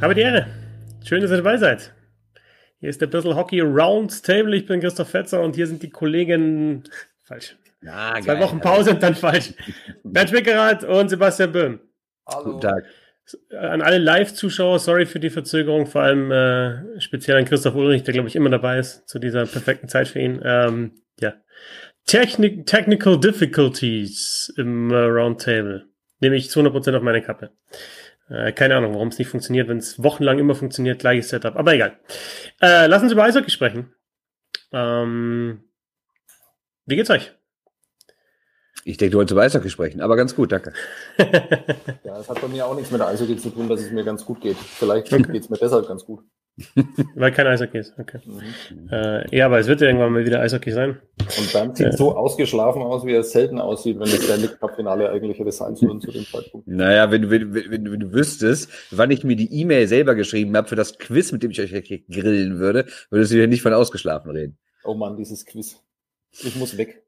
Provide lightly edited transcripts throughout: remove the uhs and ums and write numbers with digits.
Habe die Ehre. Schön, dass ihr dabei seid. Hier ist der Bissl Hockey Roundtable. Ich bin Christoph Fetzer und hier sind die Kollegen. Falsch. Na, 2 Wochen Pause und dann falsch. Bernd Schwickerath und Sebastian Böhm. Hallo. Guten Tag. An alle Live-Zuschauer, sorry für die Verzögerung, vor allem speziell an Christoph Ulrich, der, glaube ich, immer dabei ist zu dieser perfekten Zeit für ihn. Ja. Technical Difficulties im Roundtable. Nehme ich zu 100% auf meine Kappe. Keine Ahnung, warum es nicht funktioniert, wenn es wochenlang immer funktioniert, gleiches Setup. Aber egal. Lass uns über Eishockey sprechen. Wie geht's euch? Ich denke, du wolltest über Eishockey sprechen, aber ganz gut, danke. Ja, es hat bei mir auch nichts mit Eishockey zu tun, dass es mir ganz gut geht. Vielleicht geht es mir deshalb ganz gut. Weil kein Eishockey ist, okay. Ja, aber es wird ja irgendwann mal wieder Eishockey sein. Und dann sieht so ausgeschlafen aus, wie er selten aussieht, wenn das Stanley Cup-Finale eigentlich hätte sein sollen zu dem Zeitpunkt. Naja, wenn du wüsstest, wann ich mir die E-Mail selber geschrieben habe für das Quiz, mit dem ich euch grillen würde, würdest du ja nicht von ausgeschlafen reden. Oh Mann, dieses Quiz. Ich muss weg.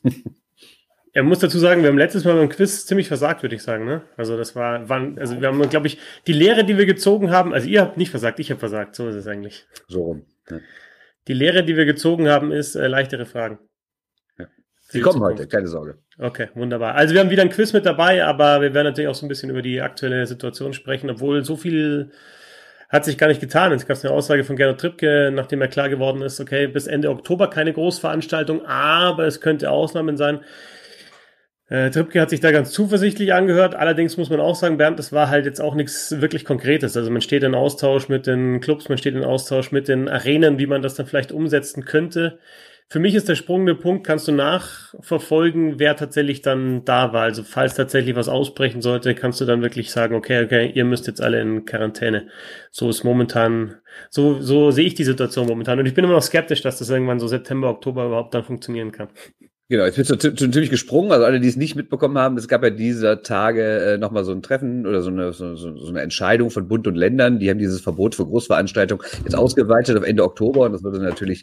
Er muss dazu sagen, wir haben letztes Mal beim Quiz ziemlich versagt, würde ich sagen, ne? Also wir haben, glaube ich, die Lehre, die wir gezogen haben, also ihr habt nicht versagt, ich habe versagt, so ist es eigentlich. So rum. Ja. Die Lehre, die wir gezogen haben, ist leichtere Fragen. Ja. Sie kommen heute, keine Sorge. Okay, wunderbar. Also wir haben wieder ein Quiz mit dabei, aber wir werden natürlich auch so ein bisschen über die aktuelle Situation sprechen, obwohl so viel hat sich gar nicht getan. Es gab eine Aussage von Gernot Trippke, nachdem er klar geworden ist, okay, bis Ende Oktober keine Großveranstaltung, aber es könnte Ausnahmen sein. Trippke hat sich da ganz zuversichtlich angehört. Allerdings muss man auch sagen, Bernd, das war halt jetzt auch nichts wirklich Konkretes. Also man steht in Austausch mit den Clubs, man steht in Austausch mit den Arenen, wie man das dann vielleicht umsetzen könnte. Für mich ist der springende Punkt, kannst du nachverfolgen, wer tatsächlich dann da war. Also falls tatsächlich was ausbrechen sollte, kannst du dann wirklich sagen, okay, ihr müsst jetzt alle in Quarantäne. So ist momentan, so sehe ich die Situation momentan. Und ich bin immer noch skeptisch, dass das irgendwann so September, Oktober überhaupt dann funktionieren kann. Genau, jetzt bist du ziemlich gesprungen. Also alle, die es nicht mitbekommen haben, es gab ja dieser Tage nochmal so ein Treffen oder so eine Entscheidung von Bund und Ländern. Die haben dieses Verbot für Großveranstaltungen jetzt ausgeweitet auf Ende Oktober. Und das würde natürlich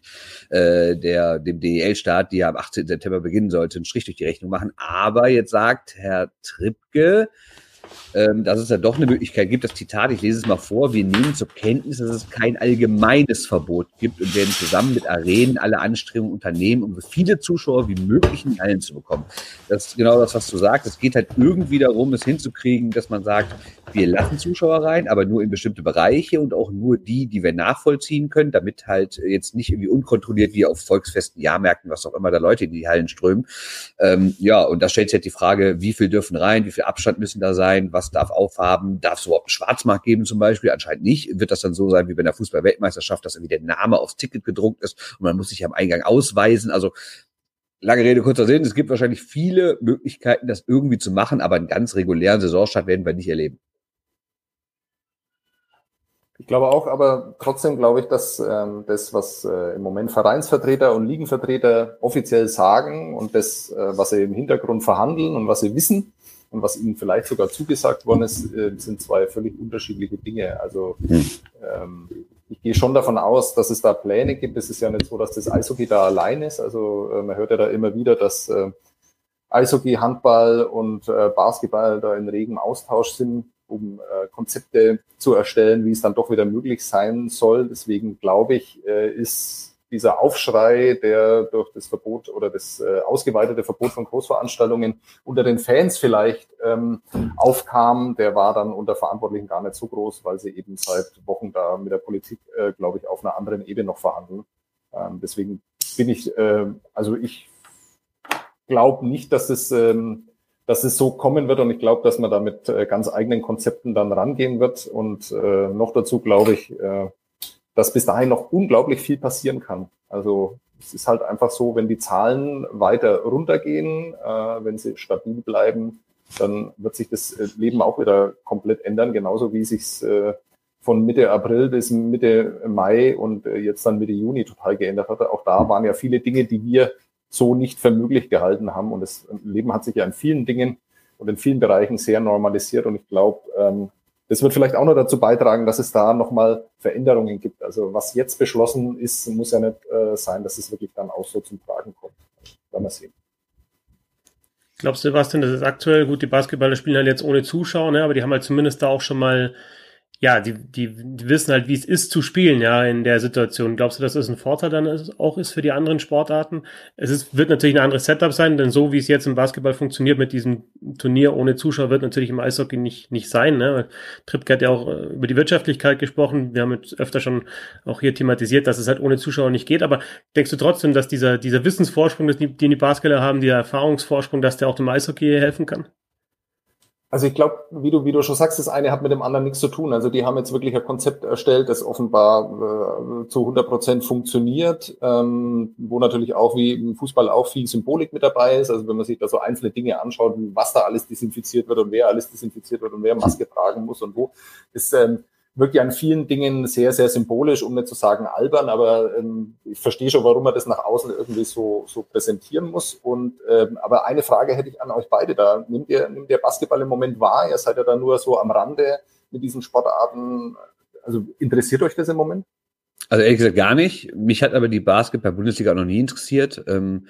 dem DEL-Staat, die ja am 18. September beginnen sollte, einen Strich durch die Rechnung machen. Aber jetzt sagt Herr Trippke, dass es ja doch eine Möglichkeit gibt, das Zitat, ich lese es mal vor, wir nehmen zur Kenntnis, dass es kein allgemeines Verbot gibt und werden zusammen mit Arenen alle Anstrengungen unternehmen, um so viele Zuschauer wie möglich in die Hallen zu bekommen. Das ist genau das, was du sagst. Es geht halt irgendwie darum, es hinzukriegen, dass man sagt, wir lassen Zuschauer rein, aber nur in bestimmte Bereiche und auch nur die wir nachvollziehen können, damit halt jetzt nicht irgendwie unkontrolliert wie auf Volksfesten, Jahrmärkten, was auch immer, da Leute in die Hallen strömen. Ja, und da stellt sich halt die Frage, wie viel dürfen rein, wie viel Abstand müssen da sein, was darf aufhaben, darf es überhaupt einen Schwarzmarkt geben zum Beispiel? Anscheinend nicht. Wird das dann so sein wie bei der Fußball-Weltmeisterschaft, dass irgendwie der Name aufs Ticket gedruckt ist und man muss sich am Eingang ausweisen? Also lange Rede, kurzer Sinn, es gibt wahrscheinlich viele Möglichkeiten, das irgendwie zu machen, aber einen ganz regulären Saisonstart werden wir nicht erleben. Ich glaube auch, aber trotzdem glaube ich, dass das, was im Moment Vereinsvertreter und Ligenvertreter offiziell sagen und das, was sie im Hintergrund verhandeln und was sie wissen und was ihnen vielleicht sogar zugesagt worden ist, sind 2 völlig unterschiedliche Dinge. Also ich gehe schon davon aus, dass es da Pläne gibt. Es ist ja nicht so, dass das Eishockey da allein ist. Also man hört ja da immer wieder, dass Eishockey, Handball und Basketball da in regem Austausch sind, um Konzepte zu erstellen, wie es dann doch wieder möglich sein soll. Deswegen glaube ich, ist dieser Aufschrei, der durch das Verbot oder das ausgeweitete Verbot von Großveranstaltungen unter den Fans vielleicht aufkam, der war dann unter Verantwortlichen gar nicht so groß, weil sie eben seit Wochen da mit der Politik, glaube ich, auf einer anderen Ebene noch verhandeln. Deswegen bin ich, ich glaube nicht, dass es so kommen wird und ich glaube, dass man da mit ganz eigenen Konzepten dann rangehen wird und noch dazu glaube ich, dass bis dahin noch unglaublich viel passieren kann. Also es ist halt einfach so, wenn die Zahlen weiter runtergehen, wenn sie stabil bleiben, dann wird sich das Leben auch wieder komplett ändern, genauso wie sich's von Mitte April bis Mitte Mai und jetzt dann Mitte Juni total geändert hat. Auch da waren ja viele Dinge, die wir so nicht für möglich gehalten haben. Und das Leben hat sich ja in vielen Dingen und in vielen Bereichen sehr normalisiert. Und ich glaube, das wird vielleicht auch noch dazu beitragen, dass es da nochmal Veränderungen gibt. Also was jetzt beschlossen ist, muss ja nicht sein, dass es wirklich dann auch so zum Tragen kommt. Werden wir sehen. Glaubst du, Sebastian, das ist aktuell, gut, die Basketballer spielen halt jetzt ohne Zuschauer, ne, aber die haben halt zumindest da auch schon mal ja, die wissen halt, wie es ist zu spielen, ja, in der Situation. Glaubst du, dass es ein Vorteil dann auch ist für die anderen Sportarten? Wird natürlich ein anderes Setup sein, denn so wie es jetzt im Basketball funktioniert mit diesem Turnier ohne Zuschauer, wird natürlich im Eishockey nicht sein, ne? Tripke hat ja auch über die Wirtschaftlichkeit gesprochen. Wir haben jetzt öfter schon auch hier thematisiert, dass es halt ohne Zuschauer nicht geht. Aber denkst du trotzdem, dass dieser Wissensvorsprung, den die Basketballer haben, dieser Erfahrungsvorsprung, dass der auch dem Eishockey helfen kann? Also ich glaube, wie du schon sagst, das eine hat mit dem anderen nichts zu tun. Also die haben jetzt wirklich ein Konzept erstellt, das offenbar zu 100% funktioniert, wo natürlich auch wie im Fußball auch viel Symbolik mit dabei ist. Also wenn man sich da so einzelne Dinge anschaut, was da alles desinfiziert wird und wer alles desinfiziert wird und wer Maske tragen muss und wo, ist wirklich an vielen Dingen sehr, sehr symbolisch, um nicht zu sagen albern, aber ich verstehe schon, warum man das nach außen irgendwie so präsentieren muss. Und aber eine Frage hätte ich an euch beide da. Nimmt ihr Basketball im Moment wahr? Ihr seid ja da nur so am Rande mit diesen Sportarten. Also interessiert euch das im Moment? Also ehrlich gesagt gar nicht. Mich hat aber die Basketball-Bundesliga auch noch nie interessiert.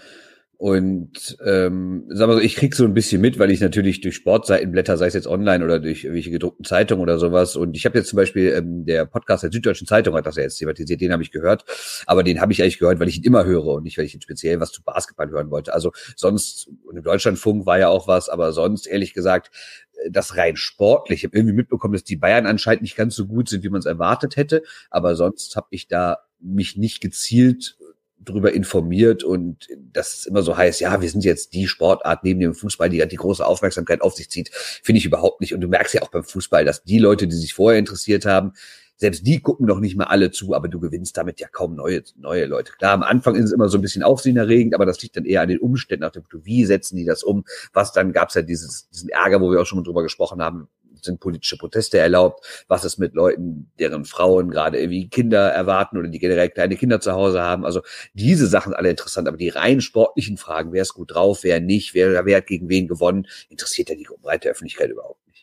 Sagen wir so, ich krieg so ein bisschen mit, weil ich natürlich durch Sportseiten blätter, sei es jetzt online oder durch irgendwelche gedruckten Zeitungen oder sowas. Und ich habe jetzt zum Beispiel, der Podcast der Süddeutschen Zeitung hat das ja jetzt thematisiert, den habe ich gehört. Aber den habe ich eigentlich gehört, weil ich ihn immer höre und nicht, weil ich ihn speziell was zu Basketball hören wollte. Also sonst, und im Deutschlandfunk war ja auch was, aber sonst, ehrlich gesagt, das rein sportlich. Ich habe irgendwie mitbekommen, dass die Bayern anscheinend nicht ganz so gut sind, wie man es erwartet hätte. Aber sonst habe ich da mich nicht gezielt drüber informiert und dass es immer so heißt, ja, wir sind jetzt die Sportart neben dem Fußball, die die große Aufmerksamkeit auf sich zieht, finde ich überhaupt nicht. Und du merkst ja auch beim Fußball, dass die Leute, die sich vorher interessiert haben, selbst die gucken doch nicht mal alle zu, aber du gewinnst damit ja kaum neue Leute. Klar, am Anfang ist es immer so ein bisschen aufsehenerregend, aber das liegt dann eher an den Umständen, nach dem Motto, wie setzen die das um? Was dann gab's ja diesen Ärger, wo wir auch schon mal drüber gesprochen haben, sind politische Proteste erlaubt? Was ist mit Leuten, deren Frauen gerade irgendwie Kinder erwarten oder die generell kleine Kinder zu Hause haben? Also diese Sachen sind alle interessant, aber die rein sportlichen Fragen, wer ist gut drauf, wer nicht, wer hat gegen wen gewonnen, interessiert ja die breite Öffentlichkeit überhaupt nicht.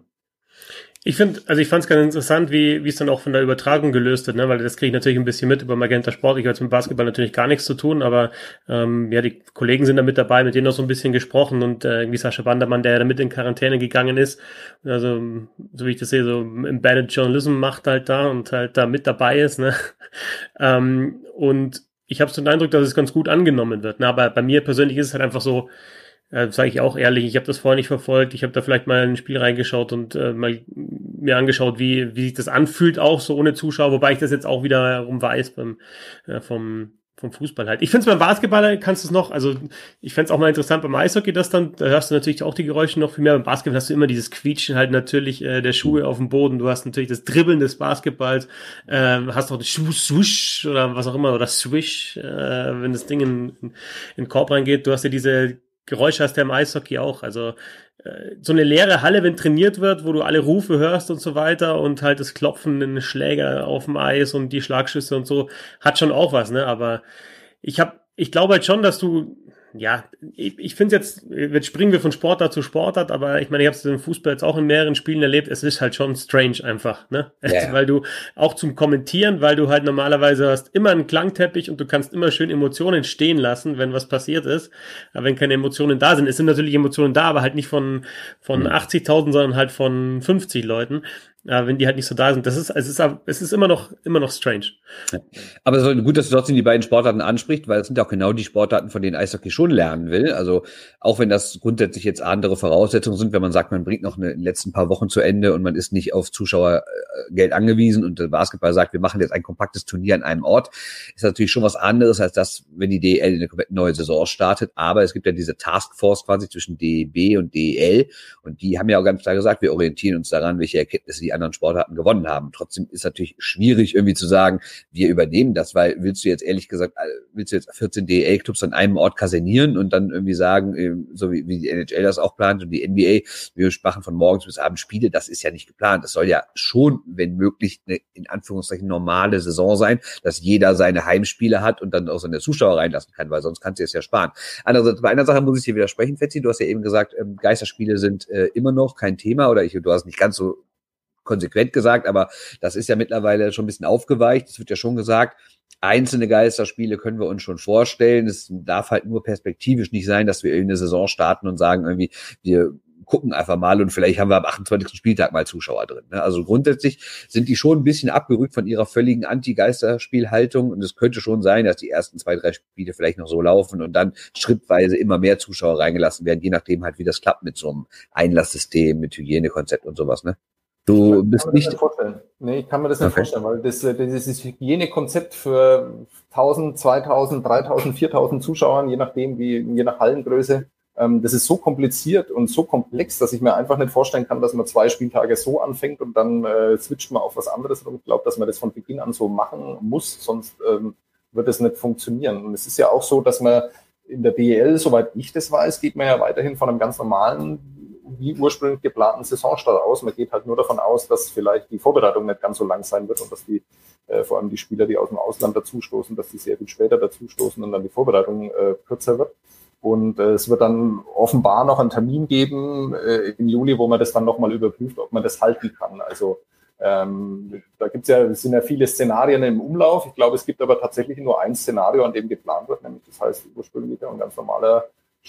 Ich fand es ganz interessant, wie es dann auch von der Übertragung gelöst wird, ne? Weil das kriege ich natürlich ein bisschen mit über Magenta Sport. Ich habe jetzt mit Basketball natürlich gar nichts zu tun, aber ja, die Kollegen sind da mit dabei, mit denen auch so ein bisschen gesprochen und irgendwie Sascha Bandermann, der ja damit in Quarantäne gegangen ist, also so wie ich das sehe, so Embedded Journalism macht halt da und halt da mit dabei ist, ne? Und ich habe so den Eindruck, dass es ganz gut angenommen wird, ne? Aber bei mir persönlich ist es halt einfach so, sage ich auch ehrlich, ich habe das vorher nicht verfolgt. Ich habe da vielleicht mal ein Spiel reingeschaut und mal mir angeschaut, wie sich das anfühlt, auch so ohne Zuschauer, wobei ich das jetzt auch wiederum weiß vom Fußball halt. Ich finde es beim Basketball kannst du es noch, also ich fände es auch mal interessant beim Eishockey, da hörst du natürlich auch die Geräusche noch viel mehr. Beim Basketball hast du immer dieses Quietschen halt natürlich der Schuhe auf dem Boden, du hast natürlich das Dribbeln des Basketballs, hast noch das Swoosh oder was auch immer, oder Swish, wenn das Ding in den Korb reingeht, du hast ja diese Geräusche hast du ja im Eishockey auch, also so eine leere Halle, wenn trainiert wird, wo du alle Rufe hörst und so weiter und halt das Klopfen in den Schläger auf dem Eis und die Schlagschüsse und so, hat schon auch was, ne, aber ich glaube halt schon, dass du, ja, ich finde jetzt springen wir von Sportart zu Sportart, aber ich meine, ich habe es im Fußball jetzt auch in mehreren Spielen erlebt, es ist halt schon strange einfach, ne? Ja. Weil du auch zum Kommentieren, weil du halt normalerweise hast immer einen Klangteppich und du kannst immer schön Emotionen stehen lassen, wenn was passiert ist, aber wenn keine Emotionen da sind, es sind natürlich Emotionen da, aber halt nicht von 80.000, sondern halt von 50 Leuten. Wenn die halt nicht so da sind. Es ist immer noch strange. Ja. Aber so gut, dass du trotzdem die beiden Sportarten ansprichst, weil es sind ja auch genau die Sportarten, von denen Eishockey schon lernen will. Also auch wenn das grundsätzlich jetzt andere Voraussetzungen sind, wenn man sagt, man bringt noch in den letzten paar Wochen zu Ende und man ist nicht auf Zuschauergeld angewiesen und der Basketball sagt, wir machen jetzt ein kompaktes Turnier an einem Ort, ist natürlich schon was anderes als das, wenn die DEL eine komplett neue Saison startet. Aber es gibt ja diese Taskforce quasi zwischen DEB und DEL und die haben ja auch ganz klar gesagt, wir orientieren uns daran, welche Erkenntnisse die anderen Sportarten gewonnen haben. Trotzdem ist natürlich schwierig irgendwie zu sagen, wir übernehmen das, weil willst du jetzt 14 DEL-Clubs an einem Ort kasernieren und dann irgendwie sagen, so wie die NHL das auch plant und die NBA, wir machen von morgens bis abends Spiele, das ist ja nicht geplant. Das soll ja schon, wenn möglich, eine in Anführungszeichen normale Saison sein, dass jeder seine Heimspiele hat und dann auch seine Zuschauer reinlassen kann, weil sonst kannst du es ja sparen. Andererseits, bei einer Sache muss ich dir widersprechen, Fetzi, du hast ja eben gesagt, Geisterspiele sind immer noch kein Thema oder du hast nicht ganz so konsequent gesagt, aber das ist ja mittlerweile schon ein bisschen aufgeweicht. Es wird ja schon gesagt, einzelne Geisterspiele können wir uns schon vorstellen. Es darf halt nur perspektivisch nicht sein, dass wir irgendeine Saison starten und sagen irgendwie, wir gucken einfach mal und vielleicht haben wir am 28. Spieltag mal Zuschauer drin. Ne? Also grundsätzlich sind die schon ein bisschen abgerückt von ihrer völligen Anti-Geisterspielhaltung und es könnte schon sein, dass die ersten 2, 3 Spiele vielleicht noch so laufen und dann schrittweise immer mehr Zuschauer reingelassen werden, je nachdem halt, wie das klappt mit so einem Einlasssystem, mit Hygienekonzept und sowas, ne? Du bist nicht... Nee, ich kann mir das nicht vorstellen, weil dieses Hygienekonzept für 1000, 2000, 3000, 4000 Zuschauern, je nach Hallengröße, das ist so kompliziert und so komplex, dass ich mir einfach nicht vorstellen kann, dass man 2 Spieltage so anfängt und dann switcht man auf was anderes. Und ich glaube, dass man das von Beginn an so machen muss, sonst wird es nicht funktionieren. Und es ist ja auch so, dass man in der DEL, soweit ich das weiß, geht man ja weiterhin von einem ganz normalen, wie ursprünglich geplanten Saisonstart aus. Man geht halt nur davon aus, dass vielleicht die Vorbereitung nicht ganz so lang sein wird und dass die vor allem die Spieler, die aus dem Ausland dazustoßen, dass die sehr viel später dazustoßen und dann die Vorbereitung kürzer wird. Und es wird dann offenbar noch einen Termin geben im Juli, wo man das dann nochmal überprüft, ob man das halten kann. Also da sind ja viele Szenarien im Umlauf. Ich glaube, es gibt aber tatsächlich nur ein Szenario, an dem geplant wird, nämlich das heißt ursprünglich ein ganz normaler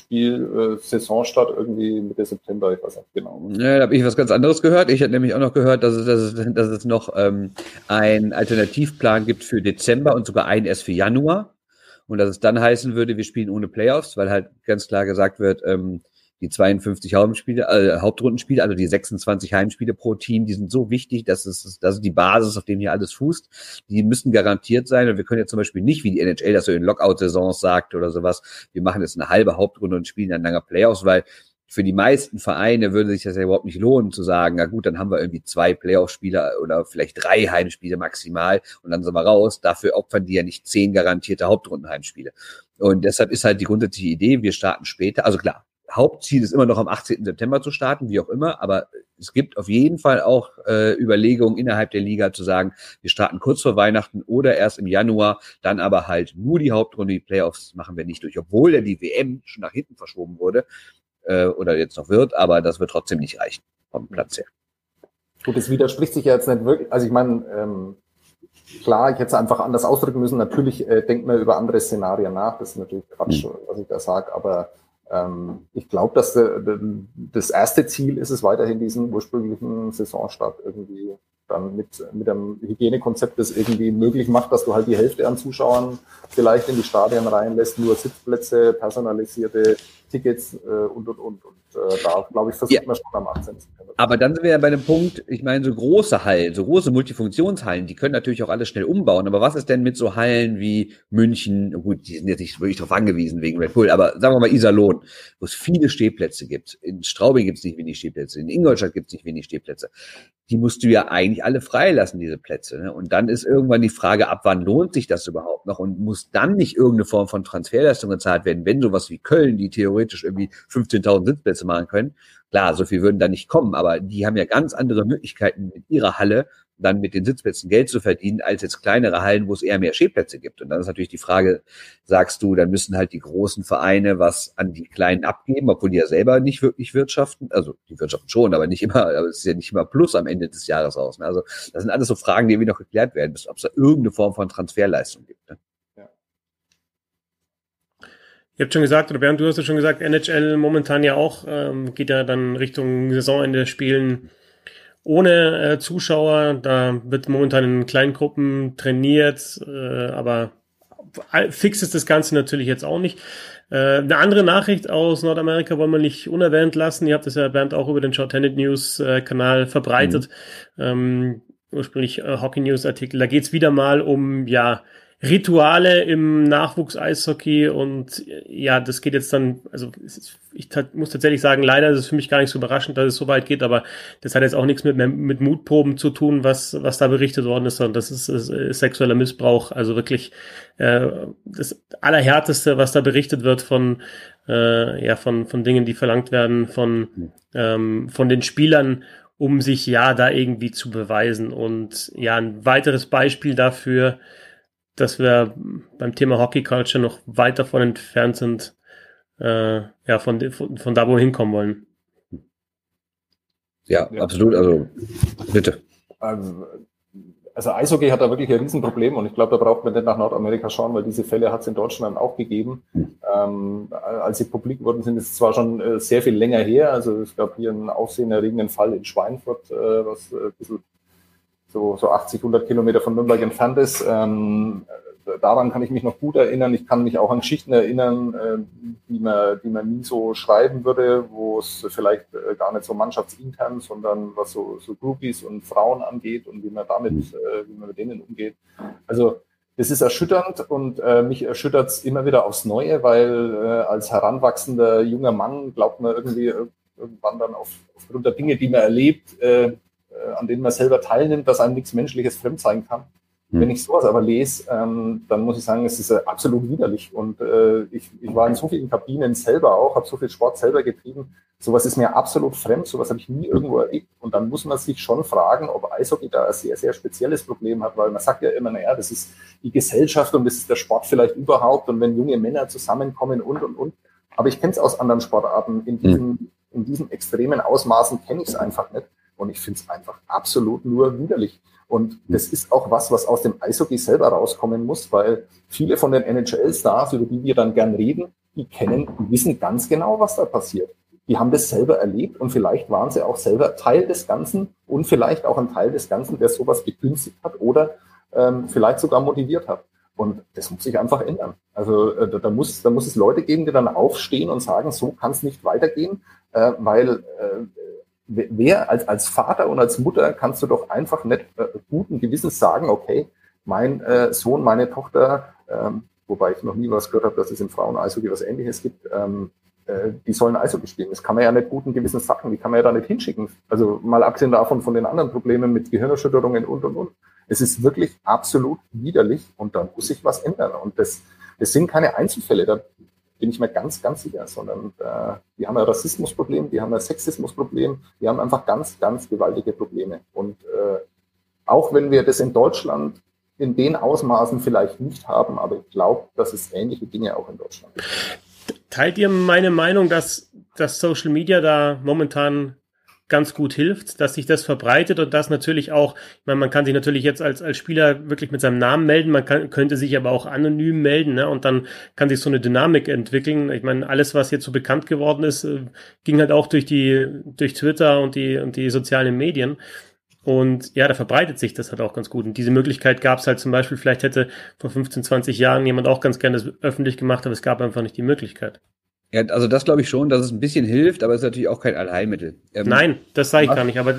Saisonstart irgendwie Mitte September, ich weiß nicht genau. Ja, da habe ich was ganz anderes gehört. Ich hätte nämlich auch noch gehört, dass es noch einen Alternativplan gibt für Dezember und sogar einen erst für Januar. Und dass es dann heißen würde, wir spielen ohne Playoffs, weil halt ganz klar gesagt wird, die 52 Hauptrundenspiele, also die 26 Heimspiele pro Team, die sind so wichtig, das ist die Basis, auf dem hier alles fußt. Die müssen garantiert sein und wir können ja zum Beispiel nicht, wie die NHL das so in Lockout-Saisons sagt oder sowas, wir machen jetzt eine halbe Hauptrunde und spielen dann lange Playoffs, weil für die meisten Vereine würde sich das ja überhaupt nicht lohnen zu sagen, na gut, dann haben wir irgendwie 2 Playoff-Spiele oder vielleicht 3 Heimspiele maximal und dann sind wir raus. Dafür opfern die ja nicht 10 garantierte Hauptrundenheimspiele. Und deshalb ist halt die grundsätzliche Idee, wir starten später, also klar, Hauptziel ist immer noch am 18. September zu starten, wie auch immer, aber es gibt auf jeden Fall auch Überlegungen innerhalb der Liga zu sagen, wir starten kurz vor Weihnachten oder erst im Januar, dann aber halt nur die Hauptrunde, die Playoffs machen wir nicht durch, obwohl ja die WM schon nach hinten verschoben wurde oder jetzt noch wird, aber das wird trotzdem nicht reichen vom Platz her. Gut, das widerspricht sich ja jetzt nicht wirklich, also ich meine, klar, ich hätte es einfach anders ausdrücken müssen, natürlich denkt man über andere Szenarien nach, das ist natürlich Quatsch, was ich da sage, aber ich glaube, dass das erste Ziel ist es weiterhin, diesen ursprünglichen Saisonstart irgendwie dann mit einem Hygienekonzept, das irgendwie möglich macht, dass du halt die Hälfte an Zuschauern vielleicht in die Stadien reinlässt, nur Sitzplätze, personalisierte Tickets und. Da, glaube ich, versucht man schon am 18. September. Aber dann sind wir ja bei dem Punkt, ich meine, so große Hallen, so große Multifunktionshallen, die können natürlich auch alles schnell umbauen. Aber was ist denn mit so Hallen wie München? Gut, die sind jetzt nicht wirklich darauf angewiesen wegen Red Bull, aber sagen wir mal Iserlohn, wo es viele Stehplätze gibt. In Straubing gibt es nicht wenig Stehplätze, in Ingolstadt gibt es nicht wenig Stehplätze. Die musst du ja eigentlich alle freilassen, diese Plätze. Ne? Und dann ist irgendwann die Frage, ab wann lohnt sich das überhaupt noch? Und muss dann nicht irgendeine Form von Transferleistung gezahlt werden, wenn sowas wie Köln, die theoretisch irgendwie 15.000 Sitzplätze machen können? Klar, so viel würden da nicht kommen, aber die haben ja ganz andere Möglichkeiten mit ihrer Halle dann mit den Sitzplätzen Geld zu verdienen, als jetzt kleinere Hallen, wo es eher mehr Stehplätze gibt. Und dann ist natürlich die Frage, sagst du, dann müssen halt die großen Vereine was an die Kleinen abgeben, obwohl die ja selber nicht wirklich wirtschaften. Also die wirtschaften schon, aber nicht immer, aber es ist ja nicht immer Plus am Ende des Jahres raus. Ne? Also das sind alles so Fragen, die irgendwie noch geklärt werden müssen, ob es da irgendeine Form von Transferleistung gibt. Ne? Ja. Ihr habt schon gesagt, oder Bernd, du hast ja schon gesagt, NHL momentan ja auch, geht ja dann Richtung Saisonende spielen ohne Zuschauer. Da wird momentan in kleinen Gruppen trainiert, aber fix ist das Ganze natürlich jetzt auch nicht. Eine andere Nachricht aus Nordamerika wollen wir nicht unerwähnt lassen. Ihr habt das ja, Bernd, auch über den Shorthanded News Kanal verbreitet. Ursprünglich Hockey News Artikel. Da geht's wieder mal um, ja, Rituale im Nachwuchs-Eishockey und ja, das geht jetzt dann, also ich muss tatsächlich sagen, leider ist es für mich gar nicht so überraschend, dass es so weit geht, aber das hat jetzt auch nichts mit Mutproben zu tun, was da berichtet worden ist, sondern das ist sexueller Missbrauch, also wirklich das Allerhärteste, was da berichtet wird von Dingen, die verlangt werden von den Spielern, um sich ja da irgendwie zu beweisen. Und ja, ein weiteres Beispiel dafür, dass wir beim Thema Hockey Culture noch weit davon entfernt sind, von da, wo wir hinkommen wollen. Ja, absolut. Also, bitte. Also Also Eishockey hat da wirklich ein Riesenproblem und ich glaube, da braucht man nicht nach Nordamerika schauen, weil diese Fälle hat es in Deutschland auch gegeben. Als sie publik wurden, sind es zwar schon sehr viel länger her, also es gab hier einen aufsehenerregenden Fall in Schweinfurt, was ein bisschen so 80, 100 Kilometer von Nürnberg entfernt ist. Daran kann ich mich noch gut erinnern. Ich kann mich auch an Geschichten erinnern, die man nie so schreiben würde, wo es vielleicht gar nicht so mannschaftsintern, sondern was so Groupies und Frauen angeht und wie man mit denen umgeht. Also das ist erschütternd und mich erschüttert es immer wieder aufs Neue, weil als heranwachsender junger Mann glaubt man irgendwie irgendwann dann aufgrund der Dinge, die man erlebt, an denen man selber teilnimmt, dass einem nichts Menschliches fremd sein kann. Wenn ich sowas aber lese, dann muss ich sagen, es ist absolut widerlich. Und ich war in so vielen Kabinen selber auch, habe so viel Sport selber getrieben. Sowas ist mir absolut fremd, sowas habe ich nie irgendwo erlebt. Und dann muss man sich schon fragen, ob Eishockey da ein sehr, sehr spezielles Problem hat, weil man sagt ja immer, naja, das ist die Gesellschaft und das ist der Sport vielleicht überhaupt. Und wenn junge Männer zusammenkommen und. Aber ich kenne es aus anderen Sportarten. In diesen extremen Ausmaßen kenne ich es einfach nicht. Und ich finde es einfach absolut nur widerlich. Und das ist auch was aus dem Eishockey selber rauskommen muss, weil viele von den NHL-Stars, über die wir dann gern reden, die wissen ganz genau, was da passiert. Die haben das selber erlebt und vielleicht waren sie auch selber Teil des Ganzen und vielleicht auch ein Teil des Ganzen, der sowas begünstigt hat oder vielleicht sogar motiviert hat. Und das muss sich einfach ändern. Also da muss es Leute geben, die dann aufstehen und sagen, so kann es nicht weitergehen, weil wer als Vater und als Mutter kannst du doch einfach nicht guten Gewissens sagen, okay, mein Sohn, meine Tochter, wobei ich noch nie was gehört habe, dass es im Frauen-Eishockey was Ähnliches gibt, die sollen Eishockey spielen. Das kann man ja nicht guten Gewissens sagen, die kann man ja da nicht hinschicken. Also mal abgesehen davon von den anderen Problemen mit Gehirnerschütterungen und. Es ist wirklich absolut widerlich und da muss sich was ändern. Und das sind keine Einzelfälle, da bin ich mir ganz, ganz sicher, sondern die haben ein Rassismusproblem, die haben ein Sexismusproblem, die haben einfach ganz, ganz gewaltige Probleme. Und auch wenn wir das in Deutschland in den Ausmaßen vielleicht nicht haben, aber ich glaube, dass es ähnliche Dinge auch in Deutschland gibt. Teilt ihr meine Meinung, dass Social Media da momentan ganz gut hilft, dass sich das verbreitet und das natürlich auch, ich meine, man kann sich natürlich jetzt als Spieler wirklich mit seinem Namen melden, könnte sich aber auch anonym melden, ne? Und dann kann sich so eine Dynamik entwickeln. Ich meine, alles, was jetzt so bekannt geworden ist, ging halt auch durch Twitter und die sozialen Medien. Und ja, da verbreitet sich das halt auch ganz gut. Und diese Möglichkeit gab es halt zum Beispiel, vielleicht hätte vor 15, 20 Jahren jemand auch ganz gerne das öffentlich gemacht, aber es gab einfach nicht die Möglichkeit. Ja, also das glaube ich schon, dass es ein bisschen hilft, aber es ist natürlich auch kein Allheilmittel. Nein, das sage ich gar nicht, aber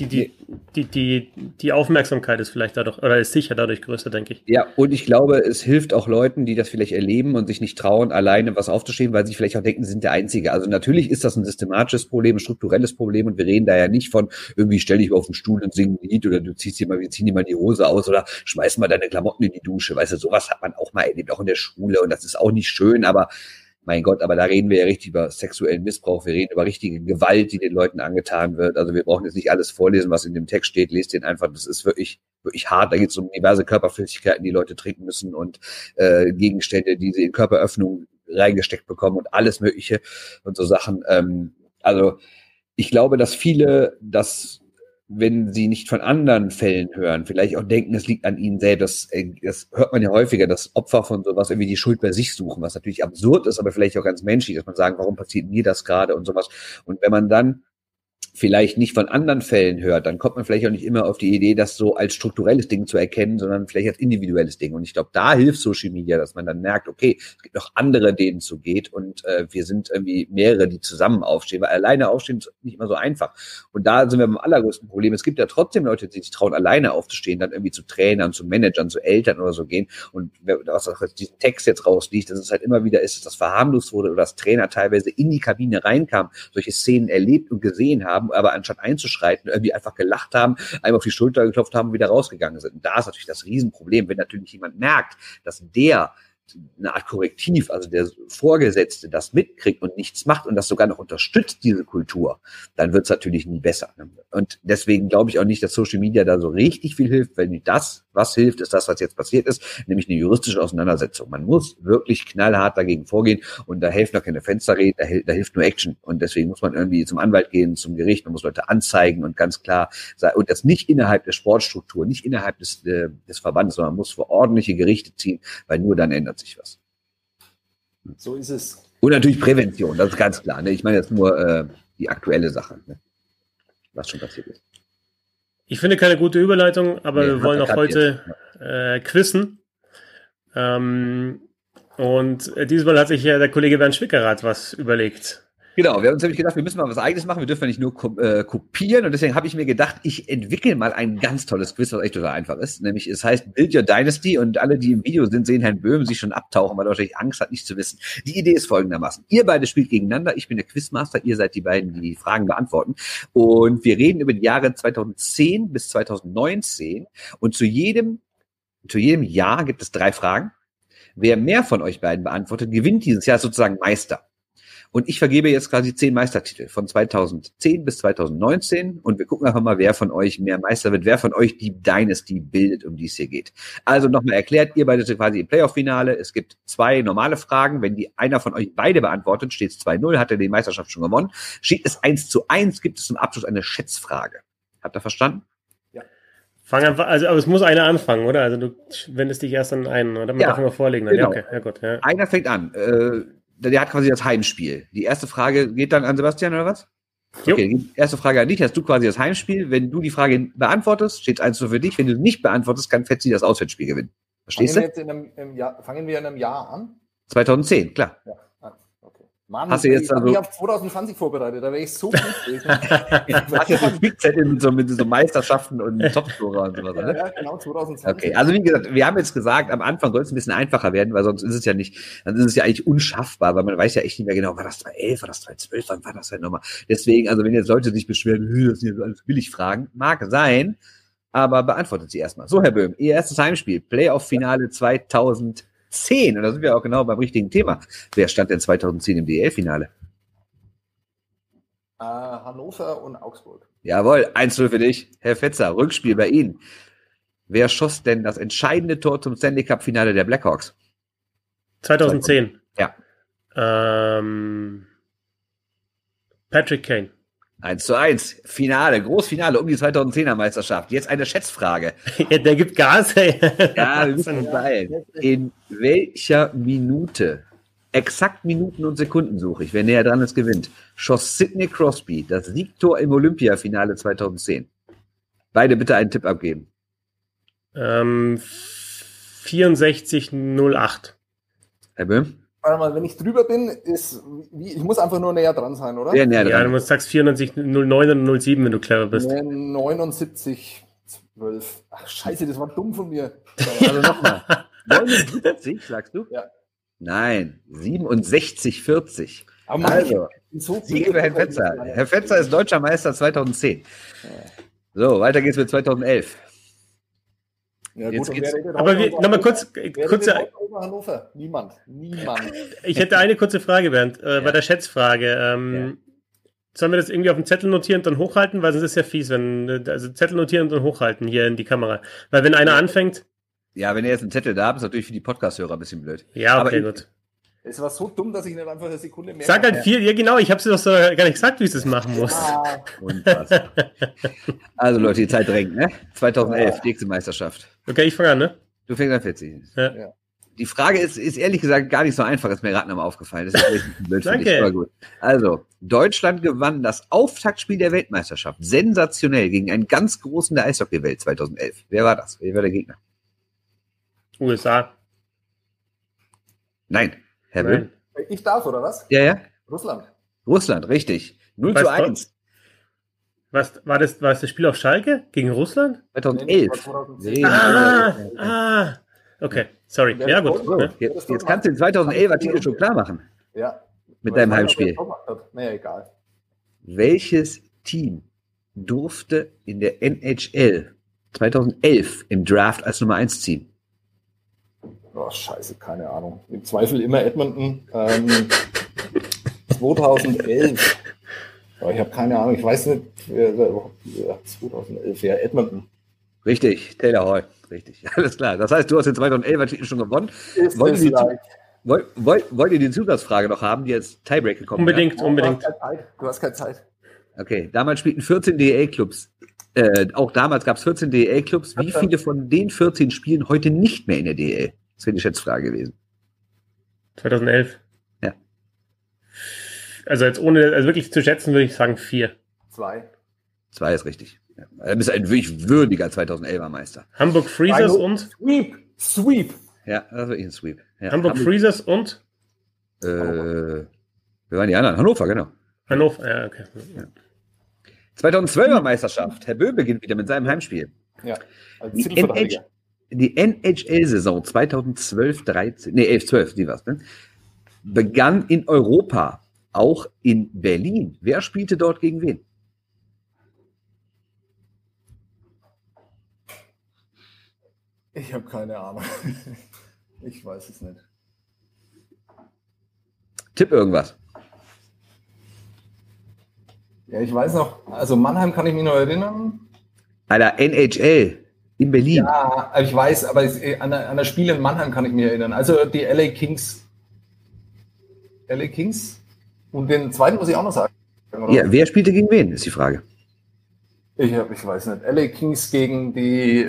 die Aufmerksamkeit ist vielleicht dadurch, oder ist sicher dadurch größer, denke ich. Ja, und ich glaube, es hilft auch Leuten, die das vielleicht erleben und sich nicht trauen, alleine was aufzuschreiben, weil sie vielleicht auch denken, sie sind der Einzige. Also natürlich ist das ein systematisches Problem, ein strukturelles Problem und wir reden da ja nicht von irgendwie stell dich auf den Stuhl und sing ein Lied oder wir ziehen dir mal die Hose aus oder schmeiß mal deine Klamotten in die Dusche. Weißt du, sowas hat man auch mal erlebt, auch in der Schule und das ist auch nicht schön, aber mein Gott, aber da reden wir ja richtig über sexuellen Missbrauch, wir reden über richtige Gewalt, die den Leuten angetan wird. Also wir brauchen jetzt nicht alles vorlesen, was in dem Text steht, lest den einfach, das ist wirklich, wirklich hart. Da geht es um diverse Körperflüssigkeiten, die Leute trinken müssen und Gegenstände, die sie in Körperöffnungen reingesteckt bekommen und alles Mögliche und so Sachen. Also ich glaube, dass viele das, wenn sie nicht von anderen Fällen hören, vielleicht auch denken, es liegt an ihnen selbst. Das hört man ja häufiger, dass Opfer von sowas irgendwie die Schuld bei sich suchen, was natürlich absurd ist, aber vielleicht auch ganz menschlich, dass man sagen, warum passiert mir das gerade und sowas. Und wenn man dann vielleicht nicht von anderen Fällen hört, dann kommt man vielleicht auch nicht immer auf die Idee, das so als strukturelles Ding zu erkennen, sondern vielleicht als individuelles Ding. Und ich glaube, da hilft Social Media, dass man dann merkt, okay, es gibt noch andere, denen es so geht und wir sind irgendwie mehrere, die zusammen aufstehen, weil alleine aufstehen ist nicht immer so einfach. Und da sind wir beim allergrößten Problem. Es gibt ja trotzdem Leute, die sich trauen, alleine aufzustehen, dann irgendwie zu Trainern, zu Managern, zu Eltern oder so gehen. Und was auch aus diesem Text jetzt rausliegt, dass es halt immer wieder ist, dass das verharmlost wurde oder dass Trainer teilweise in die Kabine reinkamen, solche Szenen erlebt und gesehen haben, aber anstatt einzuschreiten, irgendwie einfach gelacht haben, einmal auf die Schulter geklopft haben und wieder rausgegangen sind. Und da ist natürlich das Riesenproblem, wenn natürlich jemand merkt, dass der eine Art Korrektiv, also der Vorgesetzte, das mitkriegt und nichts macht und das sogar noch unterstützt, diese Kultur, dann wird es natürlich nie besser. Und deswegen glaube ich auch nicht, dass Social Media da so richtig viel hilft, wenn die das Was hilft, ist das, was jetzt passiert ist, nämlich eine juristische Auseinandersetzung. Man muss wirklich knallhart dagegen vorgehen und da helfen noch keine Fensterreden, da hilft nur Action. Und deswegen muss man irgendwie zum Anwalt gehen, zum Gericht, man muss Leute anzeigen und ganz klar sagen, und das nicht innerhalb der Sportstruktur, nicht innerhalb des Verbandes, sondern man muss vor ordentliche Gerichte ziehen, weil nur dann ändert sich was. So ist es. Und natürlich Prävention, das ist ganz klar. Ne? Ich meine jetzt nur die aktuelle Sache, ne? Was schon passiert ist. Ich finde keine gute Überleitung, aber wir wollen auch heute quizzen. Und diesmal hat sich ja der Kollege Bernd Schwickerath was überlegt. Genau, wir haben uns nämlich gedacht, wir müssen mal was Eigenes machen, wir dürfen ja nicht nur kopieren und deswegen habe ich mir gedacht, ich entwickle mal ein ganz tolles Quiz, was echt total einfach ist, nämlich es heißt Build Your Dynasty und alle, die im Video sind, sehen Herrn Böhm sich schon abtauchen, weil er wahrscheinlich Angst hat, nicht zu wissen. Die Idee ist folgendermaßen, ihr beide spielt gegeneinander, ich bin der Quizmaster, ihr seid die beiden, die die Fragen beantworten und wir reden über die Jahre 2010 bis 2019 und zu jedem Jahr gibt es 3 Fragen. Wer mehr von euch beiden beantwortet, gewinnt dieses Jahr sozusagen Meister. Und ich vergebe jetzt quasi 10 Meistertitel von 2010 bis 2019 und wir gucken einfach mal, wer von euch mehr Meister wird, wer von euch die Dynasty bildet, um die es hier geht. Also nochmal erklärt, ihr beide seid quasi im Playoff-Finale. Es gibt 2 normale Fragen. Wenn einer von euch beide beantwortet, steht es 2-0, hat er die Meisterschaft schon gewonnen. Steht es 1-1, gibt es zum Abschluss eine Schätzfrage. Habt ihr verstanden? Ja. Fang einfach, aber es muss einer anfangen, oder? Also du wendest dich erst an einen, oder? Man darf immer vorlegen. Dann. Genau. Ja, okay. Ja, gut, ja. Einer fängt an. Der hat quasi das Heimspiel. Die erste Frage geht dann an Sebastian, oder was? Okay, die erste Frage an dich. Hast du quasi das Heimspiel. Wenn du die Frage beantwortest, steht es 1-0 für dich. Wenn du nicht beantwortest, kann Fetzi das Auswärtsspiel gewinnen. Verstehst du? Fangen wir in einem Jahr an? 2010, klar. Ja. Okay. Mann, hast du jetzt ich habe mich auf 2020 vorbereitet, da wäre ich so gut gewesen. Hast du einen Spielzettel mit so Meisterschaften und Topscorer und sowas, oder? Ja, genau, 2020. Okay, also wie gesagt, wir haben jetzt gesagt, am Anfang soll es ein bisschen einfacher werden, weil sonst ist es ja nicht, dann ist es ja eigentlich unschaffbar, weil man weiß ja echt nicht mehr genau, war das 2011, war das 2012, wann war das denn nochmal? Deswegen, also wenn jetzt Leute sich beschweren, das sind jetzt alles Billigfragen, mag sein, aber beantwortet sie erstmal. So, Herr Böhm, Ihr erstes Heimspiel, Playoff-Finale 2010. Und da sind wir auch genau beim richtigen Thema. Wer stand denn 2010 im DEL-Finale? Hannover und Augsburg. Jawohl, 1-0 für dich. Herr Fetzer, Rückspiel bei Ihnen. Wer schoss denn das entscheidende Tor zum Stanley Cup-Finale der Blackhawks? 2010. Ja. Patrick Kane. 1-1. Finale, Großfinale um die 2010er Meisterschaft. Jetzt eine Schätzfrage. Ja, der gibt Gas, ey. Ja, wir müssen uns beeilen. In welcher Minute, exakt Minuten und Sekunden suche ich, wer näher dran ist, gewinnt, schoss Sidney Crosby das Siegtor im Olympiafinale 2010? Beide bitte einen Tipp abgeben. 64:08. Herr Böhm? Warte mal, wenn ich drüber bin, ich muss einfach nur näher dran sein, oder? Wer näher dran? Ja, du sagst 94:09 und 07, wenn du clever bist. 79:12. Ach, scheiße, das war dumm von mir. Also nochmal. 79, sagst du? Ja. Nein, 67:40. Aber Also, so Sieg für Herrn Fetzer. Herr Fetzer ist deutscher Meister 2010. So, weiter geht's mit 2011. Ja, Jetzt gut, geht's. Aber nochmal kurz. Über Hannover? Niemand. Ich hätte eine kurze Frage, Bernd, bei der Schätzfrage. Sollen wir das irgendwie auf dem Zettel notieren und dann hochhalten? Weil sonst ist es ja fies, also Zettel notieren und dann hochhalten hier in die Kamera. Weil wenn einer anfängt. Ja, wenn ihr jetzt einen Zettel da habt, ist natürlich für die Podcast-Hörer ein bisschen blöd. Ja, okay, gut. Es war so dumm, dass ich nicht einfach eine Sekunde mehr... Sag halt 4, ja genau, ich habe es doch so gar nicht gesagt, wie ich das machen muss. Unfassbar. Also Leute, die Zeit drängt, ne? 2011, die nächste Meisterschaft. Okay, ich fange an, ne? Du fängst an, Fetzi. Ja. Die Frage ist ehrlich gesagt gar nicht so einfach, ist mir gerade nochmal aufgefallen. Das ist echt ein blöd für dich, Danke. aber gut. Also, Deutschland gewann das Auftaktspiel der Weltmeisterschaft sensationell gegen einen ganz großen der Eishockeywelt 2011. Wer war das? Wer war der Gegner? USA. Nein. Herr Böhm? Ich darf, oder was? Ja. Russland. Russland, richtig. 0:1. Was war das Spiel auf Schalke gegen Russland? 2011. 2010. Okay, sorry. Ja, gut. So, jetzt kannst du den 2011er Titel schon klar machen. Ja. Mit deinem Heimspiel. Naja, egal. Welches Team durfte in der NHL 2011 im Draft als Nummer 1 ziehen? Oh, scheiße, keine Ahnung. Im Zweifel immer Edmonton. 2011. Oh, ich habe keine Ahnung, ich weiß nicht. 2011, ja, Edmonton. Richtig, Taylor Hall. richtig. Alles klar. Das heißt, du hast den 2011er Titel schon gewonnen. Ist Wollt das ihr, die, leicht? wollt ihr die Zusatzfrage noch haben, die jetzt Tiebreaker kommt? Unbedingt, Du unbedingt. hast keine Zeit. Du hast keine Zeit. Okay, damals spielten 14 DEL-Clubs. Auch damals gab es 14 DEL-Clubs. Wie viele von den 14 spielen heute nicht mehr in der DEL? Das wäre die Schätzfrage gewesen. 2011. Ja. Also jetzt ohne, also wirklich zu schätzen, würde ich sagen 4. 2. 2 ist richtig. Ja. Du bist ein wirklich würdiger 2011er Meister. Hamburg Freezers und? Sweep. Ja, das ist wirklich ein Sweep. Ja, Hamburg Freezers und? Wer waren die anderen? Hannover, genau. Hannover, ja, okay. 2012er Meisterschaft. Herr Böhm beginnt wieder mit seinem Heimspiel. Ja, als Die, Titelverteidiger. die NHL-Saison 11-12, die war's, ne? Begann in Europa, auch in Berlin. Wer spielte dort gegen wen? Ich habe keine Ahnung. Ich weiß es nicht. Tipp irgendwas. Ja, ich weiß noch, also Mannheim kann ich mich noch erinnern. Alter, NHL in Berlin. Ja, ich weiß, aber an das Spiel in Mannheim kann ich mich erinnern. Also die LA Kings. LA Kings? Und den zweiten muss ich auch noch sagen. Oder? Ja, wer spielte gegen wen, ist die Frage. Ich weiß nicht. LA Kings gegen die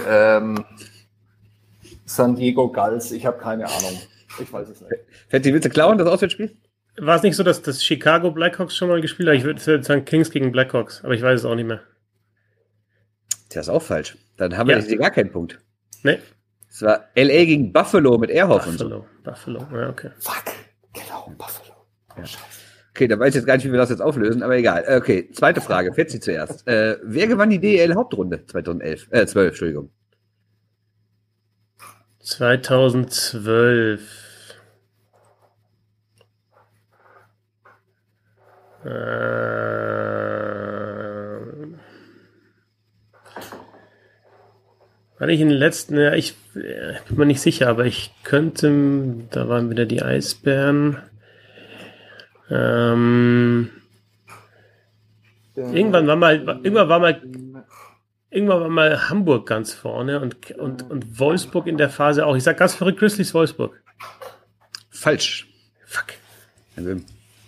San Diego Gulls. Ich habe keine Ahnung. Ich weiß es nicht. Fetti, willst du klauen, das Auswärtsspiel? War es nicht so, dass das Chicago Blackhawks schon mal gespielt hat? Ich würde sagen Kings gegen Blackhawks, aber ich weiß es auch nicht mehr. Tja, ist auch falsch. Dann haben wir jetzt gar keinen Punkt. Nee. Es war LA gegen Buffalo mit Ehrhoff und so. Buffalo, ja, okay. Fuck, genau, Buffalo. Ja. Okay, da weiß ich jetzt gar nicht, wie wir das jetzt auflösen, aber egal. Okay, zweite Frage, Fetzi zuerst. Wer gewann die DEL-Hauptrunde 2012, Entschuldigung. 2012. War nicht in den letzten, ja, ich bin mir nicht sicher, aber ich könnte, da waren wieder die Eisbären. Irgendwann war mal Hamburg ganz vorne und Wolfsburg in der Phase auch. Ich sag ganz verrückt, Grizzlies Wolfsburg. Falsch. Fuck. Herr Böhm.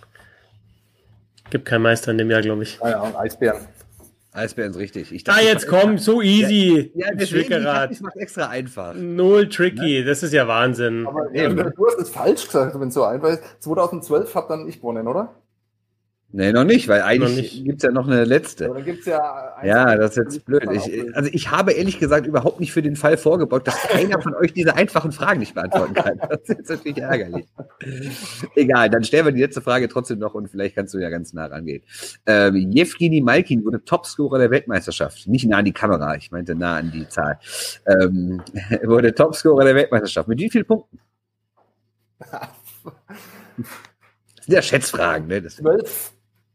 Gibt keinen Meister in dem Jahr, glaube ich. Ja, und Eisbären. Eisbären ist richtig. Jetzt komm, so easy. Ja, deswegen, ich mach's extra einfach. Null tricky, das ist ja Wahnsinn. Aber du hast es falsch gesagt, wenn es so einfach ist. 2012 hat dann ich gewonnen, oder? Nee, noch nicht, weil eigentlich gibt's ja noch eine letzte. Aber dann gibt's ja... Ja, das ist jetzt blöd. Ich habe ehrlich gesagt überhaupt nicht für den Fall vorgebaut, dass keiner von euch diese einfachen Fragen nicht beantworten kann. Das ist jetzt natürlich ärgerlich. Egal, dann stellen wir die letzte Frage trotzdem noch und vielleicht kannst du ja ganz nah rangehen. Jewgeni Malkin wurde Topscorer der Weltmeisterschaft. Nicht nah an die Kamera, ich meinte nah an die Zahl. Wurde Topscorer der Weltmeisterschaft. Mit wie vielen Punkten? Das sind ja Schätzfragen, ne? 12.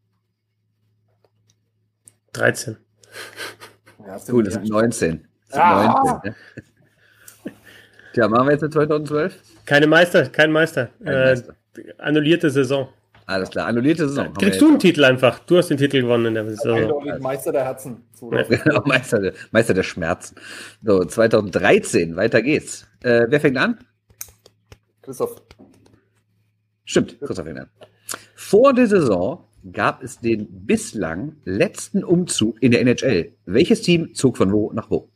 13. Ja, Gut, das sind 19. Das sind Ja. 19, ne? Tja, machen wir jetzt mit 2012? Kein Meister. Meister. Annullierte Saison. Alles klar, annullierte Saison. Kriegst du einen Titel einfach? Du hast den Titel gewonnen in der Saison. Eindeutig Meister der Herzen. Genau, Meister der Schmerzen. So, 2013, weiter geht's. Wer fängt an? Christoph. Stimmt, Christoph fängt an. Vor der Saison gab es den bislang letzten Umzug in der NHL. Welches Team zog von wo nach wo?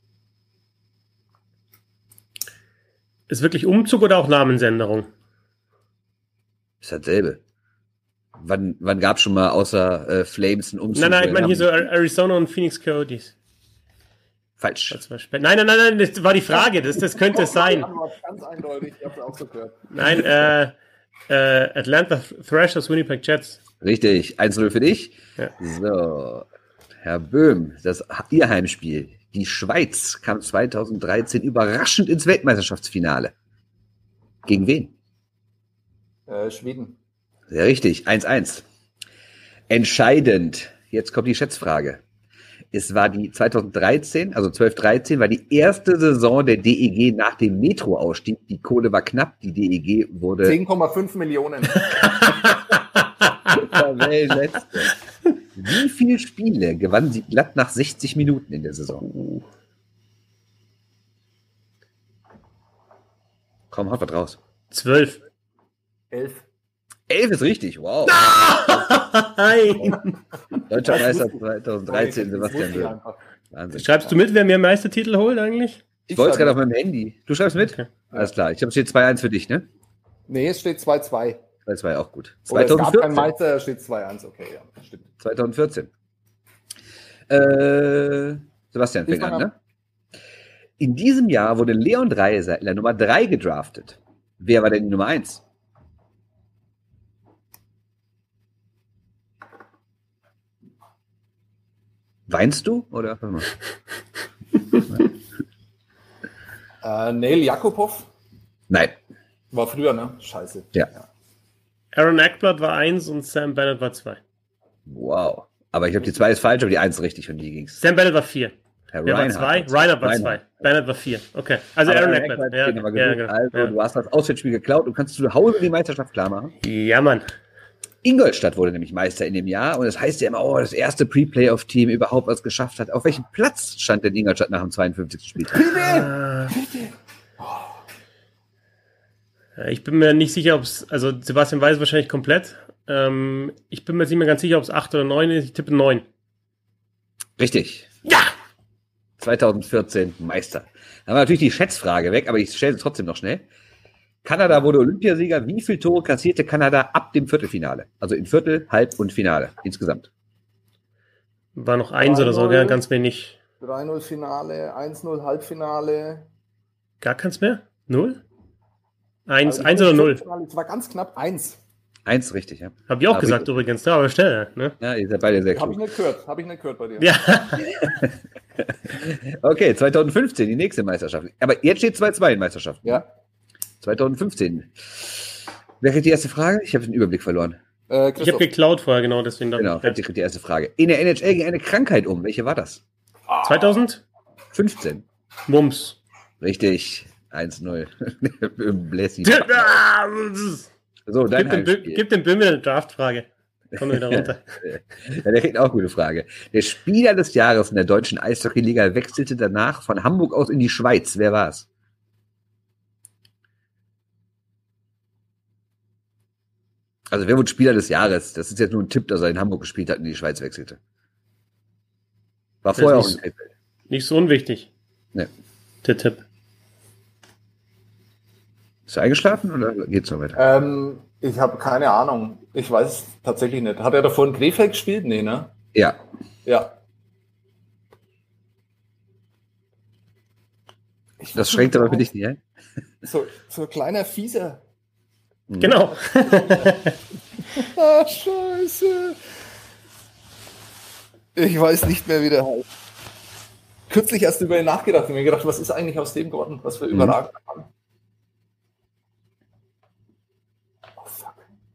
Ist wirklich Umzug oder auch Namensänderung? Ist dasselbe. Wann gab es schon mal außer Flames einen Umzug? Nein, ich meine hier so Arizona und Phoenix Coyotes. Falsch. Nein, das war die Frage. Das könnte es sein. Ganz eindeutig, ich habe auch so gehört. Nein, Atlanta Thrashers, Winnipeg Jets. Richtig, 1-0 für dich. Ja. So, Herr Böhm, Ihr Heimspiel. Die Schweiz kam 2013 überraschend ins Weltmeisterschaftsfinale. Gegen wen? Schweden. Sehr richtig, 1-1. Entscheidend, jetzt kommt die Schätzfrage. Es war die 2013, also 12-13, war die erste Saison der DEG nach dem Metro-Ausstieg. Die Kohle war knapp, die DEG wurde 10,5 Millionen. Tabellenletzte. Wie viele Spiele gewann sie glatt nach 60 Minuten in der Saison? Komm, haut was raus. 12. 11. 11 ist richtig, wow. Nein. Deutscher Meister 2013, Das wusste Sebastian ich Löw. einfach. Wahnsinn. Schreibst du mit, wer mehr Meistertitel holt eigentlich? Ich wollte es gerade auf meinem Handy. Du schreibst mit? Okay. Alles klar. Ich habe steht 2-1 für dich, ne? Nee, es steht 2-2. 2-2 auch gut. Oder es gab 2014. keinen Meister, steht 2-1. Okay, ja, stimmt. 2014. Sebastian Ich fängt fang an, ne? In diesem Jahr wurde Leon Draisaitl Nummer 3 gedraftet. Wer war denn die Nummer 1? Weinst du? Oder? Warte mal. Neil Jakubov Nein. war früher, ne? Scheiße. Ja. Aaron Eckblad war 1 und Sam Bennett war 2. Wow. Aber ich glaube, die 2 ist falsch, aber die 1 ist richtig, und die ging's. Sam Bennett war 4. Herr Wer war Reinhardt 2? Reinhardt war 2. Bennett war 4. Okay. Also Aber Aaron Aaron Eckblad. Eckblad steht aber genug. Genau. Also, du hast das Auswärtsspiel geklaut und kannst zu Hause die Meisterschaft klar machen. Ja, Mann. Ingolstadt wurde nämlich Meister in dem Jahr und es heißt ja immer, oh, das erste Pre-Playoff-Team überhaupt was geschafft hat. Auf welchem Platz stand denn Ingolstadt nach dem 52. Spieltag? Ich bin mir nicht sicher, ob es, also Sebastian weiß wahrscheinlich komplett. Ich bin mir jetzt nicht mehr ganz sicher, ob es 8 oder 9 ist. Ich tippe 9. Richtig. Ja! 2014 Meister. Dann haben wir natürlich die Schätzfrage weg, aber ich stelle sie trotzdem noch schnell. Kanada wurde Olympiasieger. Wie viele Tore kassierte Kanada ab dem Viertelfinale? Also in Viertel, Halb- und Finale insgesamt. War noch 1 oder so, gell? Ganz wenig. 3-0 Finale, 1-0 Halbfinale. Gar keins mehr? 0? 1 Also oder 0? Es war ganz knapp 1. 1 richtig, ja. Hab ich auch Aber gesagt richtig. übrigens, ne? Aber schnell, ne? Ja, ihr seid beide sehr Habe ich klug. nicht gehört bei dir. Ja. Okay, 2015, die nächste Meisterschaft. Aber jetzt steht 2-2 in Meisterschaften. Ja. 2015. Wer kriegt die erste Frage? Ich habe den Überblick verloren. Ich habe Christoph. geklaut vorher, genau, deswegen. Genau, Freddy kriegt die erste Frage. In der NHL ging eine Krankheit um. Welche war das? 2000? 15. Mumps. Richtig. 1-0. Blessi. So, Gib dein dem, Heimspiel. gib dem Böhme eine Draftfrage. Komm wieder runter. Ja, der kriegt auch eine gute Frage. Der Spieler des Jahres in der deutschen Eishockeyliga wechselte danach von Hamburg aus in die Schweiz. Wer war es? Also wer wurde Spieler des Jahres? Das ist jetzt nur ein Tipp, dass er in Hamburg gespielt hat und in die Schweiz wechselte. War Das vorher auch ist in Krefeld. Nicht so unwichtig, Ne. der Tipp. Ist er eingeschlafen oder geht's noch weiter? Ich habe keine Ahnung. Ich weiß es tatsächlich nicht. Hat er davor in Krefeld gespielt? Nee, ne? Ja. Ja. Das schränkt aber für dich nicht ein. So ein kleiner Fieser. Genau. Ah, scheiße. Ich weiß nicht mehr, wie der heißt. Kürzlich erst über ihn nachgedacht und mir gedacht, was ist eigentlich aus dem geworden? Was für überragend. Oh, fuck.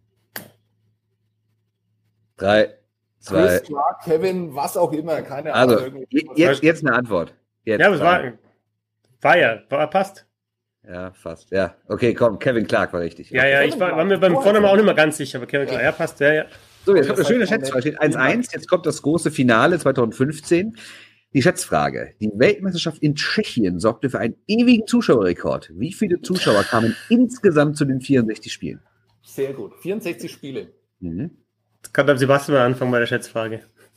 3, 2. Chris, Clark, Kevin, was auch immer, keine Also, Ahnung. jetzt eine Antwort. Jetzt Ja, aber es war passt. Ja, fast. Ja, okay, komm, Kevin Clark war richtig. Ja, ich war mir beim Vornamen auch nicht mehr ganz sicher, aber Kevin klar, ja, passt, ja. So, jetzt kommt eine schöne Schätzfrage. Steht 1-1. Jetzt kommt das große Finale 2015. Die Schätzfrage. Die Weltmeisterschaft in Tschechien sorgte für einen ewigen Zuschauerrekord. Wie viele Zuschauer kamen insgesamt zu den 64 Spielen? Sehr gut. 64 Spiele. Mhm. Jetzt kann der Sebastian mal anfangen bei der Schätzfrage.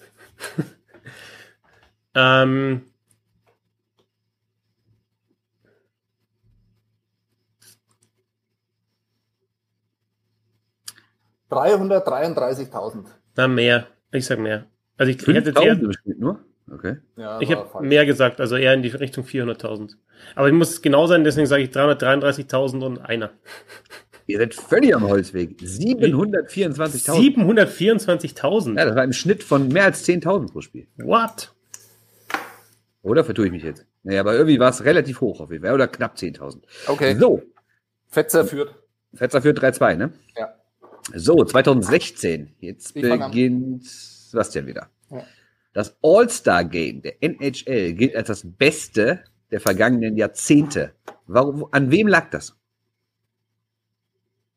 333.000. Na, mehr. Ich sag mehr. Also ich hätte jetzt 5000 im Schnitt nur? Okay. Ja, ich war habe falsch. mehr gesagt, also eher in die Richtung 400.000. Aber ich muss es genau sein, deswegen sage ich 333.000 und einer. Ihr seid völlig am Holzweg. 724.000. 724.000? Ja, das war im Schnitt von mehr als 10.000 pro Spiel. What? Oder vertue ich mich jetzt? Naja, aber irgendwie war es relativ hoch auf jeden Fall. Oder knapp 10.000. Okay. So, Fetzer führt. Fetzer führt 3-2, ne? Ja. So, 2016. Jetzt Ich fang an. beginnt Sebastian wieder. Ja. Das All-Star-Game der NHL gilt als das Beste der vergangenen Jahrzehnte. Warum, an wem lag das?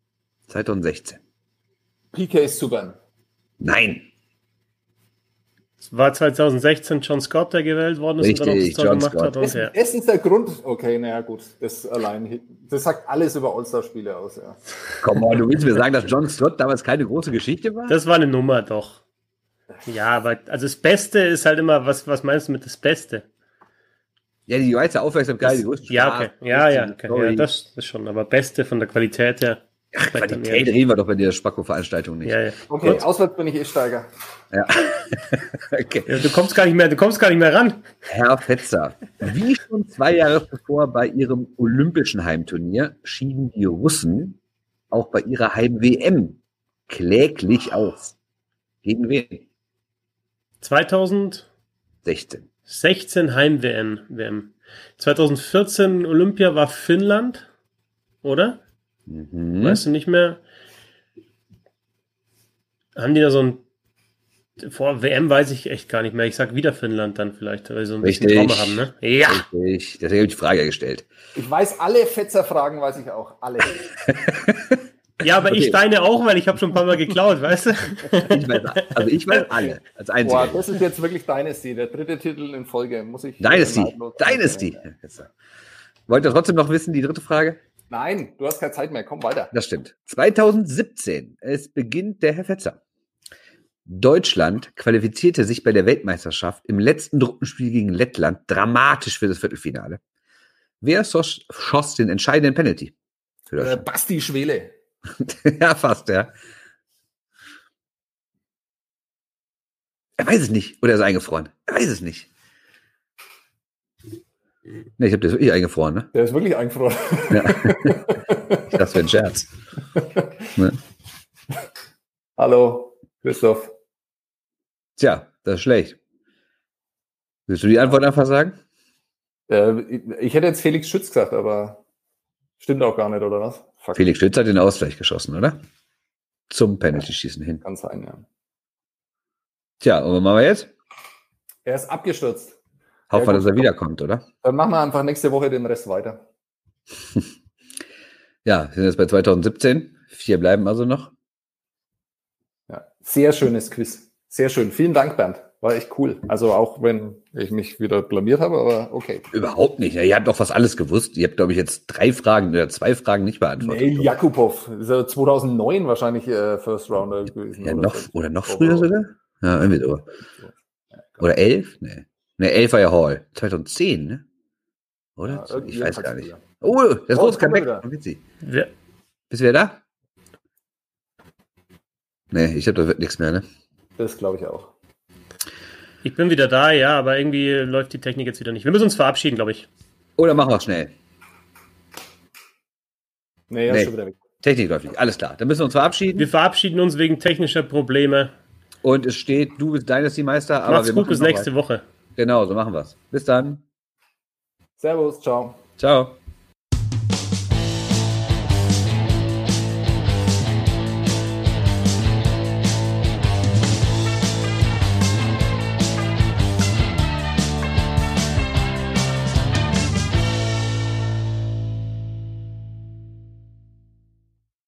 2016. PK Subban. Nein. Es war 2016 John Scott, der gewählt worden ist und dann auch das Tor John gemacht Scott. hat. Und, ja. Das ist der Grund. Okay, naja, gut. Das sagt alles über All-Star-Spiele aus, ja. Komm mal, du willst mir sagen, dass John Scott damals keine große Geschichte war? Das war eine Nummer, doch. Ja, aber also das Beste ist halt immer, was meinst du mit das Beste? Ja, die meiste Aufmerksamkeit, die größte Ja, okay. Ja, Story. das schon, aber Beste von der Qualität her. Ach, Qualität reden wir doch bei der Spacko-Veranstaltung nicht. Ja. Okay, Gut. auswärts bin ich Steiger. Ja. Okay. Ja, du kommst gar nicht mehr ran. Herr Fetzer, wie schon 2 Jahre zuvor bei ihrem olympischen Heimturnier schieden die Russen auch bei ihrer Heim-WM kläglich aus. Gegen wen? 2016 16. Heim-WM. 2014 Olympia war Finnland, oder? Weißt du nicht mehr? Haben die da so ein vor WM weiß ich echt gar nicht mehr. Ich sag wieder Finnland dann vielleicht, weil sie so ein bisschen Trauma haben, ne? Ja. Richtig. Deswegen habe ich die Frage gestellt. Ich weiß alle Fetzer-Fragen, weiß ich auch. Alle. Ja, aber ich deine auch, weil ich habe schon ein paar Mal geklaut, weißt du? Ich weiß alle. Als Einziger. Boah, das ist jetzt wirklich Dynasty. Der 3. Titel in Folge. Muss ich. Dynasty. Wollt ihr trotzdem noch wissen, die 3. Frage? Nein, du hast keine Zeit mehr. Komm weiter. Das stimmt. 2017. Es beginnt der Herr Fetzer. Deutschland qualifizierte sich bei der Weltmeisterschaft im letzten Gruppenspiel gegen Lettland dramatisch für das Viertelfinale. Wer schoss den entscheidenden Penalty? Für Basti Schwele. Ja, fast, ja. Er weiß es nicht. Oder er ist eingefroren. Er weiß es nicht. Ne, ich habe das wirklich eingefroren, ne? Der ist wirklich eingefroren. Ja. Ich dachte, das wäre ein Scherz. Ne? Hallo, Christoph. Tja, das ist schlecht. Willst du die Antwort einfach sagen? Ich hätte jetzt Felix Schütz gesagt, aber stimmt auch gar nicht, oder was? Fuck. Felix Schütz hat den Ausgleich geschossen, oder? Zum Penalty-Schießen hin. Kann sein, ja. Tja, und was machen wir jetzt? Er ist abgestürzt. Hoffen wir, dass er wiederkommt, oder? Dann machen wir einfach nächste Woche den Rest weiter. Ja, wir sind jetzt bei 2017. 4 bleiben also noch. Ja, sehr schönes Quiz. Sehr schön. Vielen Dank, Bernd. War echt cool. Also auch wenn ich mich wieder blamiert habe, aber okay. Überhaupt nicht. Ja, ihr habt doch fast alles gewusst. Ihr habt, glaube ich, jetzt 3 Fragen oder 2 Fragen nicht beantwortet. Nee, Jakubov. Ist ja 2009 wahrscheinlich First Rounder gewesen. Ja, noch früher sogar? Ja, irgendwie so. Oder 11? Nee. Ne, 11 war ja Hall. 2010, ne? Oder? Ja, ich weiß gar nicht. Früher. Oh, das Los kann weg. Ja. Bist du wieder da? Nee, ich habe da nichts mehr, ne? Das glaube ich auch. Ich bin wieder da, ja, aber irgendwie läuft die Technik jetzt wieder nicht. Wir müssen uns verabschieden, glaube ich. Oder machen wir schnell. Nee, ist schon wieder weg. Technik läuft nicht. Alles klar. Dann müssen wir uns verabschieden. Wir verabschieden uns wegen technischer Probleme. Und es steht, du bist Dynasty-Meister. Aber Macht's gut, bis nächste Woche. Genau, so machen wir's. Bis dann. Servus, ciao. Ciao.